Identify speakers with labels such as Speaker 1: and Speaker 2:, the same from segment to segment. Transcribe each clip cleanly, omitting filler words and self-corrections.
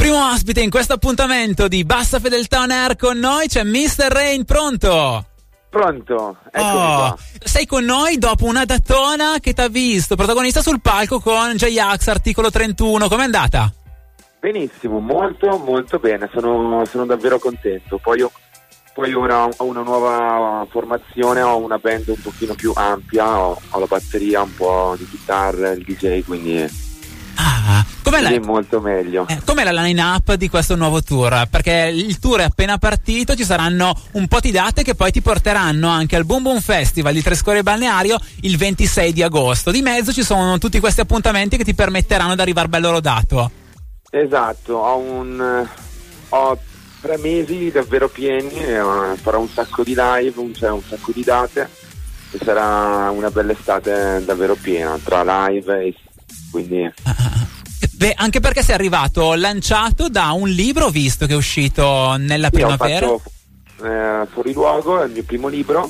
Speaker 1: Primo ospite in questo appuntamento di Bassa Fedeltà On Air, con noi c'è Mr. Rain. Pronto?
Speaker 2: Pronto, eccomi qua.
Speaker 1: Sei con noi dopo una datona che t'ha visto protagonista sul palco con J-Ax, Articolo 31. Com'è andata?
Speaker 2: Benissimo, molto molto bene, sono davvero contento. Poi ora ho una nuova formazione, ho una band un pochino più ampia, ho la batteria, un po' di chitarra, il DJ, quindi
Speaker 1: com'è
Speaker 2: molto meglio.
Speaker 1: Com'è la line-up di questo nuovo tour? Perché il tour è appena partito, ci saranno un po' di date che poi ti porteranno anche al Boom Boom Festival di Trescore Balneario il 26 di agosto. Di mezzo ci sono tutti questi appuntamenti che ti permetteranno di arrivare bello rodato.
Speaker 2: Esatto, ho 3 mesi davvero pieni, farò un sacco di live, c'è un sacco di date e sarà una bella estate davvero piena tra live e quindi...
Speaker 1: Beh, anche perché sei arrivato lanciato da un libro, visto che è uscito nella primavera.
Speaker 2: Ho fatto Fuori Luogo, è il mio primo libro,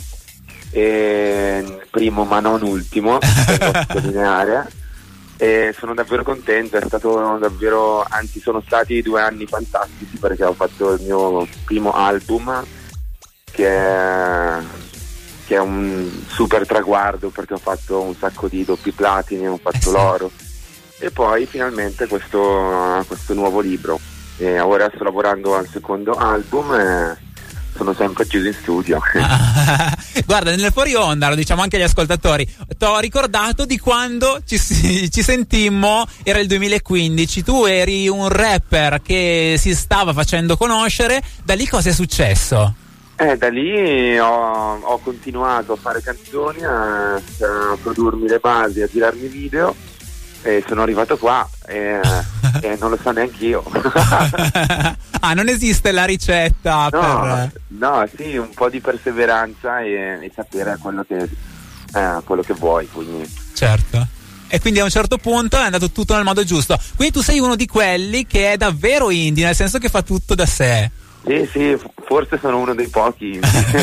Speaker 2: primo ma non ultimo, per sottolineare, e sono davvero contento. È stato davvero, anzi sono stati 2 anni fantastici, perché ho fatto il mio primo album che è un super traguardo, perché ho fatto un sacco di doppi platini, ho fatto l'oro. E poi finalmente questo nuovo libro, e ora sto lavorando al secondo album e sono sempre chiuso in studio.
Speaker 1: Guarda, nel fuori onda, lo diciamo anche agli ascoltatori, t'ho ricordato di quando ci sentimmo, era il 2015, tu eri un rapper che si stava facendo conoscere. Da lì cosa è successo?
Speaker 2: Da lì ho continuato a fare canzoni, a produrmi le basi, a girarmi video, e sono arrivato qua e non lo so neanche io.
Speaker 1: Non esiste la ricetta?
Speaker 2: No, sì, un po' di perseveranza e sapere quello che vuoi, quindi.
Speaker 1: Certo. E quindi a un certo punto è andato tutto nel modo giusto. Quindi tu sei uno di quelli che è davvero indie, nel senso che fa tutto da sé.
Speaker 2: Sì, forse sono uno dei pochi.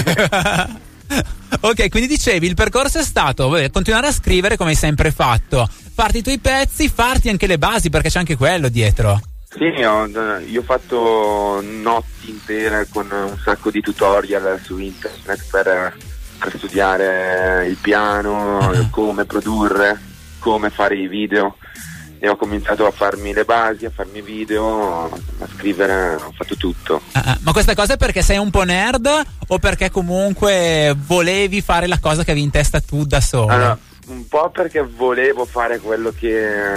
Speaker 1: Ok, quindi dicevi, il percorso è stato continuare a scrivere come hai sempre fatto, farti i tuoi pezzi, farti anche le basi, perché c'è anche quello dietro.
Speaker 2: Sì, io ho fatto notti intere con un sacco di tutorial su internet per studiare il piano, come produrre, come fare i video, e ho cominciato a farmi le basi, a farmi video, a scrivere, ho fatto tutto.
Speaker 1: Ma questa cosa è perché sei un po' nerd o perché comunque volevi fare la cosa che avevi in testa tu da solo?
Speaker 2: Allora, un po' perché volevo fare quello che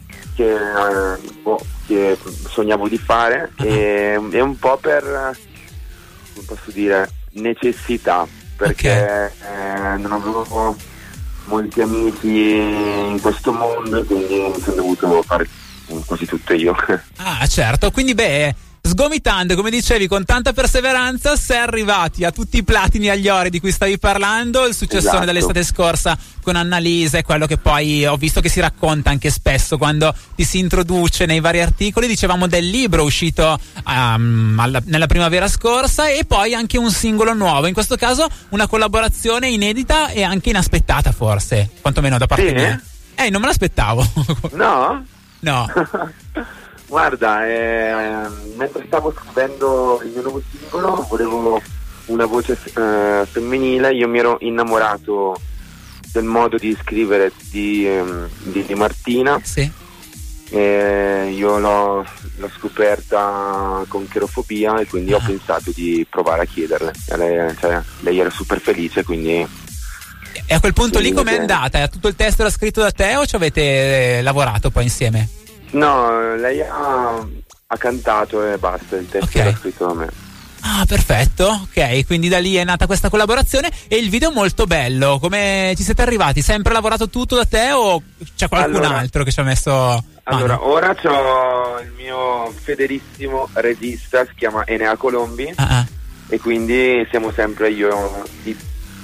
Speaker 2: sognavo di fare, e un po' per, come posso dire, necessità, perché non avevo molti amici in questo mondo, quindi mi sono dovuto fare quasi tutto io.
Speaker 1: Certo, quindi sgomitando, come dicevi, con tanta perseveranza, sei arrivati a tutti i platini agli ori di cui stavi parlando, il successone dell'estate scorsa con Annalisa, è quello che poi ho visto che si racconta anche spesso quando ti si introduce nei vari articoli. Dicevamo del libro uscito nella primavera scorsa, e poi anche un singolo nuovo, in questo caso una collaborazione inedita e anche inaspettata, forse, quantomeno da parte mia. Non me l'aspettavo.
Speaker 2: No?
Speaker 1: No.
Speaker 2: Guarda, mentre stavo scrivendo il mio nuovo singolo volevo una voce femminile. Io mi ero innamorato del modo di scrivere di Martina. Sì. Io l'ho scoperta con Cherofobia, e quindi ho pensato di provare a chiederle. Lei era super felice, quindi...
Speaker 1: E a quel punto lì com'è andata? Tutto il testo era scritto da te o ci avete lavorato poi insieme?
Speaker 2: No, lei ha cantato e basta, il testo era scritto da me.
Speaker 1: Perfetto, ok, quindi da lì è nata questa collaborazione, e il video molto bello. Come ci siete arrivati? Sempre lavorato tutto da te o c'è qualcun altro che ci ha messo mano?
Speaker 2: Allora, ora c'ho il mio fedelissimo regista, si chiama Enea Colombi, e quindi siamo sempre io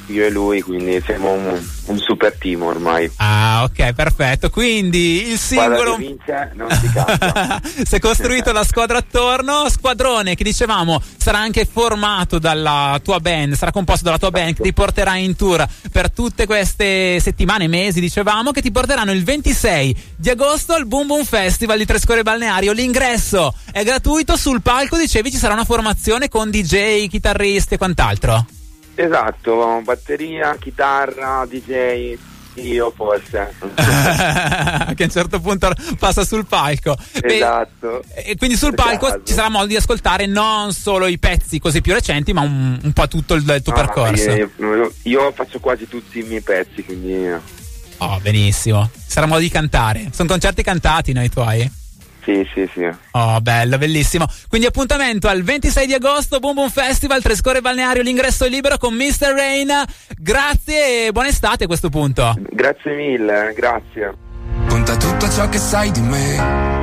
Speaker 2: io e lui, quindi siamo un super team ormai.
Speaker 1: Ah, ok, perfetto. Quindi il singolo
Speaker 2: vince, non si cambia.
Speaker 1: si è costruito la squadra attorno, squadrone che dicevamo sarà anche formato dalla tua band, sarà composto dalla tua band che ti porterà in tour per tutte queste settimane, mesi, dicevamo, che ti porteranno il 26 di agosto al Boom Boom Festival di Trescore Balneario. L'ingresso è gratuito, sul palco dicevi ci sarà una formazione con DJ, chitarristi e quant'altro.
Speaker 2: Esatto, batteria, chitarra, DJ, io forse. Che
Speaker 1: a un certo punto passa sul palco.
Speaker 2: Esatto.
Speaker 1: E quindi sul palco ci sarà modo di ascoltare non solo i pezzi così più recenti, ma un po' tutto il tuo percorso.
Speaker 2: Io faccio quasi tutti i miei pezzi, quindi...
Speaker 1: Oh, benissimo. Sarà modo di cantare. Sono concerti cantati noi tuoi?
Speaker 2: Sì.
Speaker 1: Oh, bello, bellissimo. Quindi appuntamento al 26 di agosto, Boom Boom Festival, Trescore Balneario, l'ingresso è libero con Mr. Rain. Grazie e buona estate a questo punto.
Speaker 2: Grazie mille, grazie.
Speaker 3: Conta tutto ciò che sai di me.